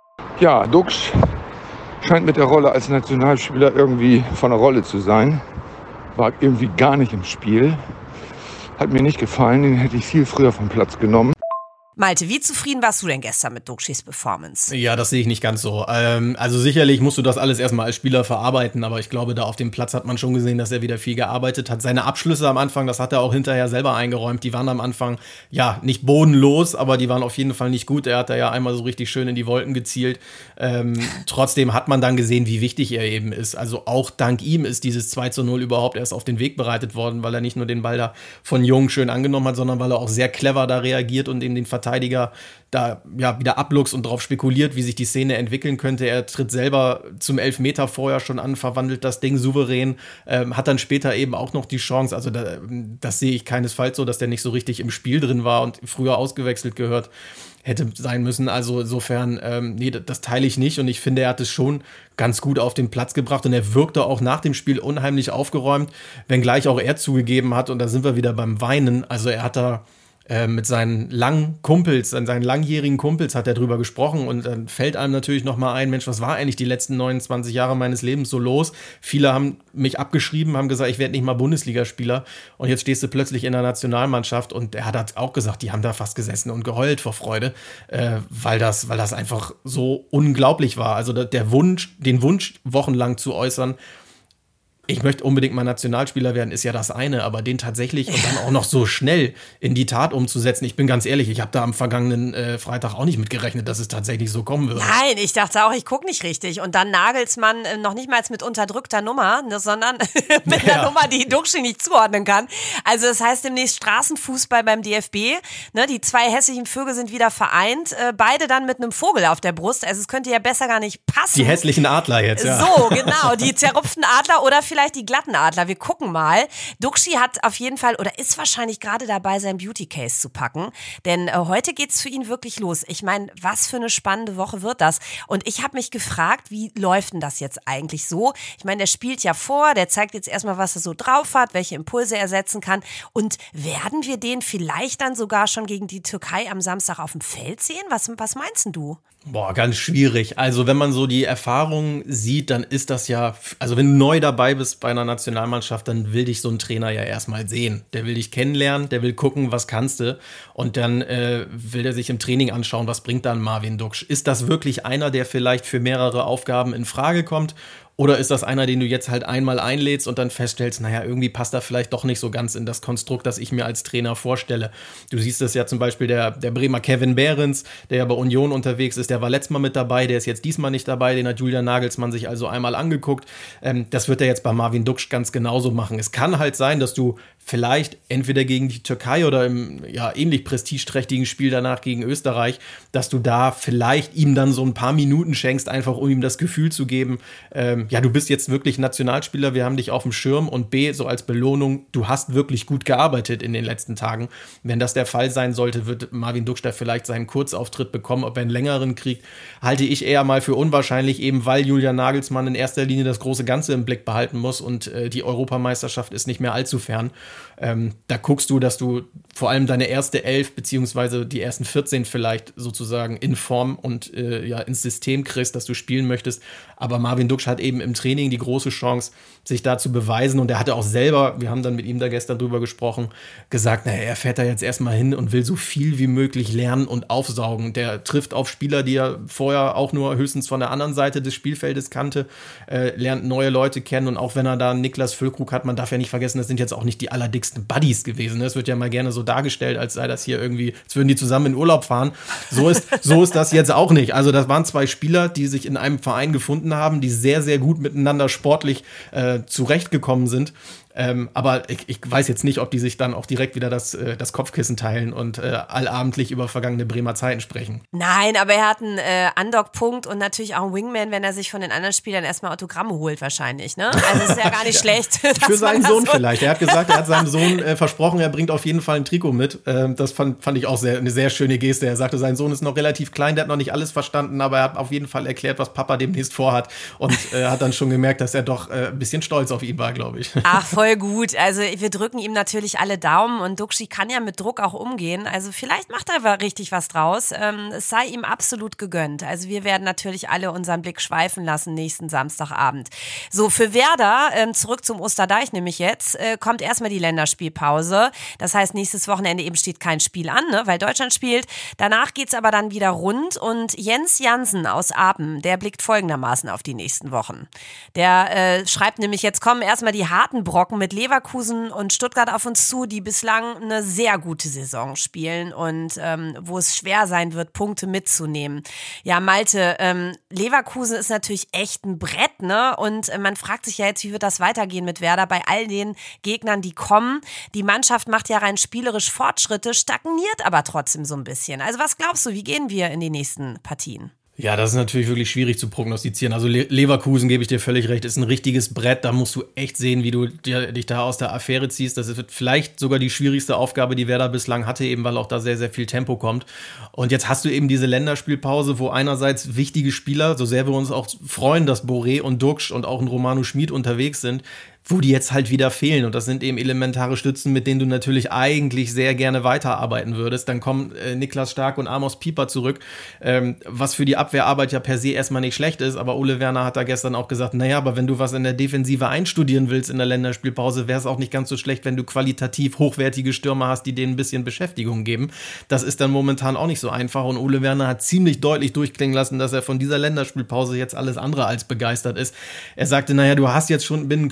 Ja, Dux scheint mit der Rolle als Nationalspieler irgendwie von der Rolle zu sein. War irgendwie gar nicht im Spiel. Hat mir nicht gefallen, den hätte ich viel früher vom Platz genommen. Malte, wie zufrieden warst du denn gestern mit Dukschis Performance? Ja, das sehe ich nicht ganz so. Ähm, also sicherlich musst du das alles erstmal als Spieler verarbeiten, aber ich glaube, da auf dem Platz hat man schon gesehen, dass er wieder viel gearbeitet hat. Seine Abschlüsse am Anfang, das hat er auch hinterher selber eingeräumt, die waren am Anfang, ja, nicht bodenlos, aber die waren auf jeden Fall nicht gut. Er hat da ja einmal so richtig schön in die Wolken gezielt. Ähm, trotzdem hat man dann gesehen, wie wichtig er eben ist. Also auch dank ihm ist dieses zwei zu null überhaupt erst auf den Weg bereitet worden, weil er nicht nur den Ball da von Jung schön angenommen hat, sondern weil er auch sehr clever da reagiert und eben den Verteidiger Verteidiger da ja wieder abluchst und drauf spekuliert, wie sich die Szene entwickeln könnte. Er tritt selber zum Elfmeter vorher schon an, verwandelt das Ding souverän, ähm, hat dann später eben auch noch die Chance. Also da, das sehe ich keinesfalls so, dass der nicht so richtig im Spiel drin war und früher ausgewechselt gehört hätte sein müssen. Also insofern, ähm, nee, das teile ich nicht und ich finde, er hat es schon ganz gut auf den Platz gebracht und er wirkte auch nach dem Spiel unheimlich aufgeräumt, wenngleich auch er zugegeben hat, und da sind wir wieder beim Weinen, also er hat da mit seinen langen Kumpels, seinen langjährigen Kumpels hat er drüber gesprochen und dann fällt einem natürlich nochmal ein, Mensch, was war eigentlich die letzten neunundzwanzig Jahre meines Lebens so los? Viele haben mich abgeschrieben, haben gesagt, ich werde nicht mal Bundesligaspieler und jetzt stehst du plötzlich in der Nationalmannschaft und er hat auch gesagt, die haben da fast gesessen und geheult vor Freude, äh, weil das, weil das einfach so unglaublich war. Also der Wunsch, den Wunsch wochenlang zu äußern, ich möchte unbedingt mal Nationalspieler werden, ist ja das eine, aber den tatsächlich und dann auch noch so schnell in die Tat umzusetzen. Ich bin ganz ehrlich, ich habe da am vergangenen äh, Freitag auch nicht mit gerechnet, dass es tatsächlich so kommen würde. Nein, ich dachte auch, ich gucke nicht richtig. Und dann Nagelsmann äh, noch nicht mal mit unterdrückter Nummer, ne, sondern mit Ja. einer Nummer, die Duxchi nicht zuordnen kann. Also das heißt demnächst Straßenfußball beim D F B. Ne, die zwei hässlichen Vögel sind wieder vereint. Äh, beide dann mit einem Vogel auf der Brust. Also es könnte ja besser gar nicht passen. Die hässlichen Adler jetzt, ja. So, genau, die zerrupften Adler oder vielleicht die glatten Adler. Wir gucken mal. Duxchi hat auf jeden Fall oder ist wahrscheinlich gerade dabei, sein Beauty-Case zu packen. Denn äh, heute geht's für ihn wirklich los. Ich meine, was für eine spannende Woche wird das? Und ich habe mich gefragt, wie läuft denn das jetzt eigentlich so? Ich meine, der spielt ja vor, der zeigt jetzt erstmal, was er so drauf hat, welche Impulse er setzen kann. Und werden wir den vielleicht dann sogar schon gegen die Türkei am Samstag auf dem Feld sehen? Was, was meinst denn du? Boah, ganz schwierig. Also wenn man so die Erfahrungen sieht, dann ist das ja, also wenn du neu dabei bist bei einer Nationalmannschaft, dann will dich so ein Trainer ja erstmal sehen. Der will dich kennenlernen, der will gucken, was kannst du. Und dann äh, will der sich im Training anschauen, was bringt dann Marvin Duksch. Ist das wirklich einer, der vielleicht für mehrere Aufgaben in Frage kommt? Oder ist das einer, den du jetzt halt einmal einlädst und dann feststellst, naja, irgendwie passt er vielleicht doch nicht so ganz in das Konstrukt, das ich mir als Trainer vorstelle. Du siehst es ja zum Beispiel der, der Bremer Kevin Behrens, der ja bei Union unterwegs ist, der war letztes Mal mit dabei, der ist jetzt diesmal nicht dabei, den hat Julian Nagelsmann sich also einmal angeguckt. Ähm, das wird er jetzt bei Marvin Duksch ganz genauso machen. Es kann halt sein, dass du vielleicht entweder gegen die Türkei oder im ja, ähnlich prestigeträchtigen Spiel danach gegen Österreich, dass du da vielleicht ihm dann so ein paar Minuten schenkst, einfach um ihm das Gefühl zu geben, ähm, ja, du bist jetzt wirklich Nationalspieler, wir haben dich auf dem Schirm und B, so als Belohnung, du hast wirklich gut gearbeitet in den letzten Tagen. Wenn das der Fall sein sollte, wird Marvin Duksch da vielleicht seinen Kurzauftritt bekommen. Ob er einen längeren kriegt, halte ich eher mal für unwahrscheinlich, eben weil Julian Nagelsmann in erster Linie das große Ganze im Blick behalten muss und äh, die Europameisterschaft ist nicht mehr allzu fern. Ähm, da guckst du, dass du vor allem deine erste Elf beziehungsweise die ersten vierzehn vielleicht sozusagen in Form und äh, ja, ins System kriegst, dass du spielen möchtest. Aber Marvin Duksch hat eben im Training die große Chance, sich da zu beweisen. Und er hatte auch selber, wir haben dann mit ihm da gestern drüber gesprochen, gesagt, naja, er fährt da jetzt erstmal hin und will so viel wie möglich lernen und aufsaugen. Der trifft auf Spieler, die er vorher auch nur höchstens von der anderen Seite des Spielfeldes kannte, äh, lernt neue Leute kennen. Und auch wenn er da einen Niklas Füllkrug hat, man darf ja nicht vergessen, das sind jetzt auch nicht die allerdicksten Buddies gewesen. Es wird ja mal gerne so dargestellt, als sei das hier irgendwie, als würden die zusammen in Urlaub fahren. So ist, so ist das jetzt auch nicht. Also das waren zwei Spieler, die sich in einem Verein gefunden haben, die sehr, sehr gut miteinander sportlich äh, zurechtgekommen sind. Ähm, aber ich, ich weiß jetzt nicht, ob die sich dann auch direkt wieder das, äh, das Kopfkissen teilen und äh, allabendlich über vergangene Bremer Zeiten sprechen. Nein, aber er hat einen äh, Undock-Punkt und natürlich auch einen Wingman, wenn er sich von den anderen Spielern erstmal Autogramme holt wahrscheinlich, ne? Also ist ja gar nicht schlecht. Für seinen Sohn so vielleicht. Er hat gesagt, er hat seinem Sohn äh, versprochen, er bringt auf jeden Fall ein Trikot mit. Ähm, das fand, fand ich auch sehr, eine sehr schöne Geste. Er sagte, sein Sohn ist noch relativ klein, der hat noch nicht alles verstanden, aber er hat auf jeden Fall erklärt, was Papa demnächst vorhat und äh, hat dann schon gemerkt, dass er doch äh, ein bisschen stolz auf ihn war, glaube ich. Ach, voll gut. Also wir drücken ihm natürlich alle Daumen und Duxchi kann ja mit Druck auch umgehen. Also vielleicht macht er aber richtig was draus. Ähm, es sei ihm absolut gegönnt. Also wir werden natürlich alle unseren Blick schweifen lassen nächsten Samstagabend. So, für Werder, ähm, zurück zum Osterdeich nämlich jetzt, äh, kommt erstmal die Länderspielpause. Das heißt, nächstes Wochenende eben steht kein Spiel an, ne, weil Deutschland spielt. Danach geht's aber dann wieder rund und Jens Jansen aus Apen, der blickt folgendermaßen auf die nächsten Wochen. Der äh, schreibt nämlich, jetzt kommen erstmal die harten Brocken mit Leverkusen und Stuttgart auf uns zu, die bislang eine sehr gute Saison spielen und ähm, wo es schwer sein wird, Punkte mitzunehmen. Ja, Malte, ähm, Leverkusen ist natürlich echt ein Brett, ne? Und äh, man fragt sich ja jetzt, wie wird das weitergehen mit Werder bei all den Gegnern, die kommen. Die Mannschaft macht ja rein spielerisch Fortschritte, stagniert aber trotzdem so ein bisschen. Also was glaubst du, wie gehen wir in die nächsten Partien? Ja, das ist natürlich wirklich schwierig zu prognostizieren. Also Le- Leverkusen, gebe ich dir völlig recht, ist ein richtiges Brett. Da musst du echt sehen, wie du dir, dich da aus der Affäre ziehst. Das wird vielleicht sogar die schwierigste Aufgabe, die Werder bislang hatte, eben weil auch da sehr, sehr viel Tempo kommt. Und jetzt hast du eben diese Länderspielpause, wo einerseits wichtige Spieler, so sehr wir uns auch freuen, dass Boré und Duksch und auch ein Romano Schmid unterwegs sind, wo die jetzt halt wieder fehlen. Und das sind eben elementare Stützen, mit denen du natürlich eigentlich sehr gerne weiterarbeiten würdest. Dann kommen äh, Niklas Stark und Amos Pieper zurück, ähm, was für die Abwehrarbeit ja per se erstmal nicht schlecht ist. Aber Ole Werner hat da gestern auch gesagt, naja, aber wenn du was in der Defensive einstudieren willst in der Länderspielpause, wäre es auch nicht ganz so schlecht, wenn du qualitativ hochwertige Stürmer hast, die denen ein bisschen Beschäftigung geben. Das ist dann momentan auch nicht so einfach. Und Ole Werner hat ziemlich deutlich durchklingen lassen, dass er von dieser Länderspielpause jetzt alles andere als begeistert ist. Er sagte, naja, du hast jetzt schon binnen kürzester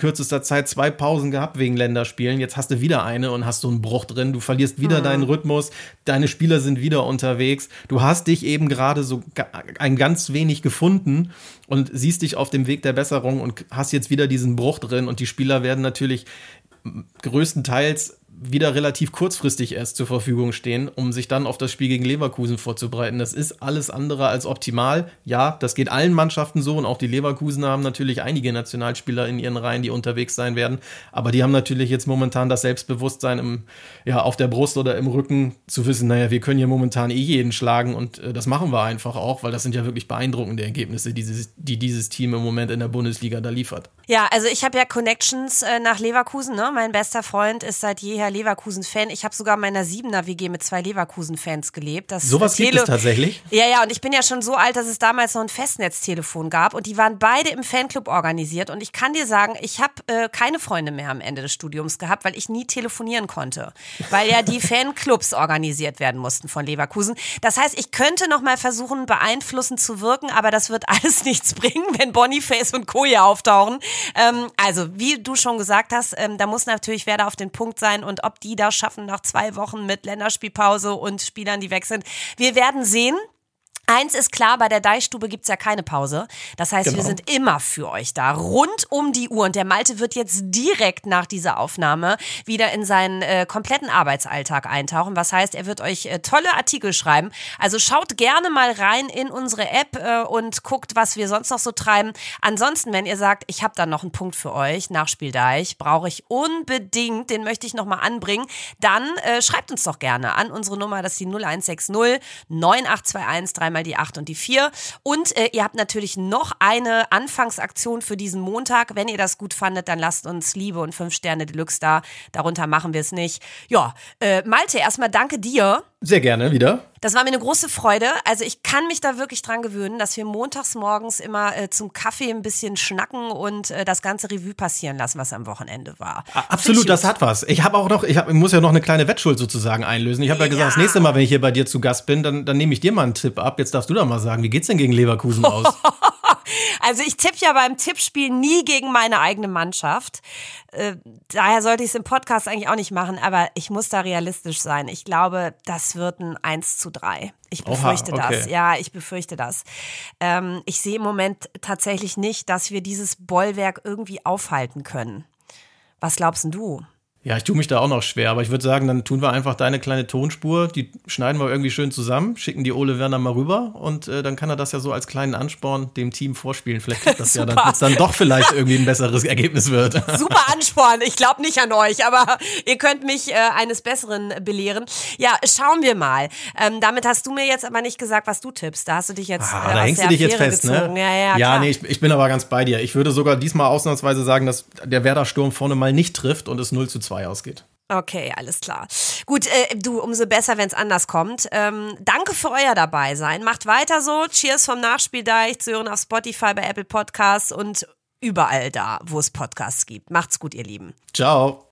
Zeit zwei Pausen gehabt wegen Länderspielen. Jetzt hast du wieder eine und hast so einen Bruch drin. Du verlierst wieder mhm. deinen Rhythmus. Deine Spieler sind wieder unterwegs. Du hast dich eben gerade so ein ganz wenig gefunden und siehst dich auf dem Weg der Besserung und hast jetzt wieder diesen Bruch drin. Und die Spieler werden natürlich größtenteils wieder relativ kurzfristig erst zur Verfügung stehen, um sich dann auf das Spiel gegen Leverkusen vorzubereiten. Das ist alles andere als optimal. Ja, das geht allen Mannschaften so und auch die Leverkusener haben natürlich einige Nationalspieler in ihren Reihen, die unterwegs sein werden. Aber die haben natürlich jetzt momentan das Selbstbewusstsein im, ja, auf der Brust oder im Rücken zu wissen, naja, wir können hier momentan eh jeden schlagen und äh, das machen wir einfach auch, weil das sind ja wirklich beeindruckende Ergebnisse, die dieses, die dieses Team im Moment in der Bundesliga da liefert. Ja, also ich habe ja Connections äh, nach Leverkusen, ne? Mein bester Freund ist seit jeher Leverkusen-Fan. Ich habe sogar in meiner Siebener-W G mit zwei Leverkusen-Fans gelebt. Das Sowas Tele- gibt es tatsächlich? Ja, ja, und ich bin ja schon so alt, dass es damals noch ein Festnetztelefon gab und die waren beide im Fanclub organisiert und ich kann dir sagen, ich habe äh, keine Freunde mehr am Ende des Studiums gehabt, weil ich nie telefonieren konnte, weil ja die Fanclubs organisiert werden mussten von Leverkusen. Das heißt, ich könnte noch mal versuchen, beeinflussend zu wirken, aber das wird alles nichts bringen, wenn Boniface und Co. hier auftauchen. Ähm, also, wie du schon gesagt hast, ähm, da muss natürlich Werder auf den Punkt sein und ob die das schaffen nach zwei Wochen mit Länderspielpause und Spielern, die weg sind. Wir werden sehen. Eins ist klar, bei der Deichstube gibt's ja keine Pause. Das heißt, genau. wir sind immer für euch da, rund um die Uhr. Und der Malte wird jetzt direkt nach dieser Aufnahme wieder in seinen äh, kompletten Arbeitsalltag eintauchen. Was heißt, er wird euch äh, tolle Artikel schreiben. Also schaut gerne mal rein in unsere App äh, und guckt, was wir sonst noch so treiben. Ansonsten, wenn ihr sagt, ich habe da noch einen Punkt für euch, Nachspieldeich, brauche ich unbedingt, den möchte ich nochmal anbringen, dann äh, schreibt uns doch gerne an unsere Nummer, das ist die null eins sechs null neun acht zwei eins drei mal die acht und die vier. Und äh, ihr habt natürlich noch eine Anfangsaktion für diesen Montag. Wenn ihr das gut fandet, dann lasst uns Liebe und fünf Sterne Deluxe da. Darunter machen wir es nicht. Ja, äh, Malte, erstmal danke dir. Sehr gerne wieder. Das war mir eine große Freude. Also ich kann mich da wirklich dran gewöhnen, dass wir montags morgens immer äh, zum Kaffee ein bisschen schnacken und äh, das ganze Revue passieren lassen, was am Wochenende war. Absolut, das hat was. Ich habe auch noch, ich, hab, ich muss ja noch eine kleine Wettschuld sozusagen einlösen. Ich habe ja gesagt, ja. das nächste Mal, wenn ich hier bei dir zu Gast bin, dann, dann nehme ich dir mal einen Tipp ab. Jetzt darfst du da mal sagen, wie geht's denn gegen Leverkusen aus? Also ich tippe ja beim Tippspiel nie gegen meine eigene Mannschaft. Äh, daher sollte ich es im Podcast eigentlich auch nicht machen, aber ich muss da realistisch sein. Ich glaube, das wird ein eins zu drei. Ich befürchte Oha, okay. das. Ja, ich befürchte das. Ähm, ich sehe im Moment tatsächlich nicht, dass wir dieses Bollwerk irgendwie aufhalten können. Was glaubst denn du? Ja, ich tue mich da auch noch schwer, aber ich würde sagen, dann tun wir einfach deine kleine Tonspur, die schneiden wir irgendwie schön zusammen, schicken die Ole Werner mal rüber und äh, dann kann er das ja so als kleinen Ansporn dem Team vorspielen. Vielleicht klappt das ja, dann es dann doch vielleicht irgendwie ein besseres Ergebnis wird. Super Ansporn, ich glaube nicht an euch, aber ihr könnt mich äh, eines Besseren belehren. Ja, schauen wir mal. Ähm, damit hast du mir jetzt aber nicht gesagt, was du tippst. Da hast du dich jetzt ah, äh, da aus hängst der du dich Affäre jetzt fest, gezogen. ne? Ja, ja, ja nee, ich, ich bin aber ganz bei dir. Ich würde sogar diesmal ausnahmsweise sagen, dass der Werder-Sturm vorne mal nicht trifft und es null zu zwei ausgeht. Okay, alles klar. Gut, äh, du, umso besser, wenn es anders kommt. Ähm, danke für euer Dabeisein. Macht weiter so. Cheers vom Nachspieldeich, zu hören auf Spotify, bei Apple Podcasts und überall da, wo es Podcasts gibt. Macht's gut, ihr Lieben. Ciao.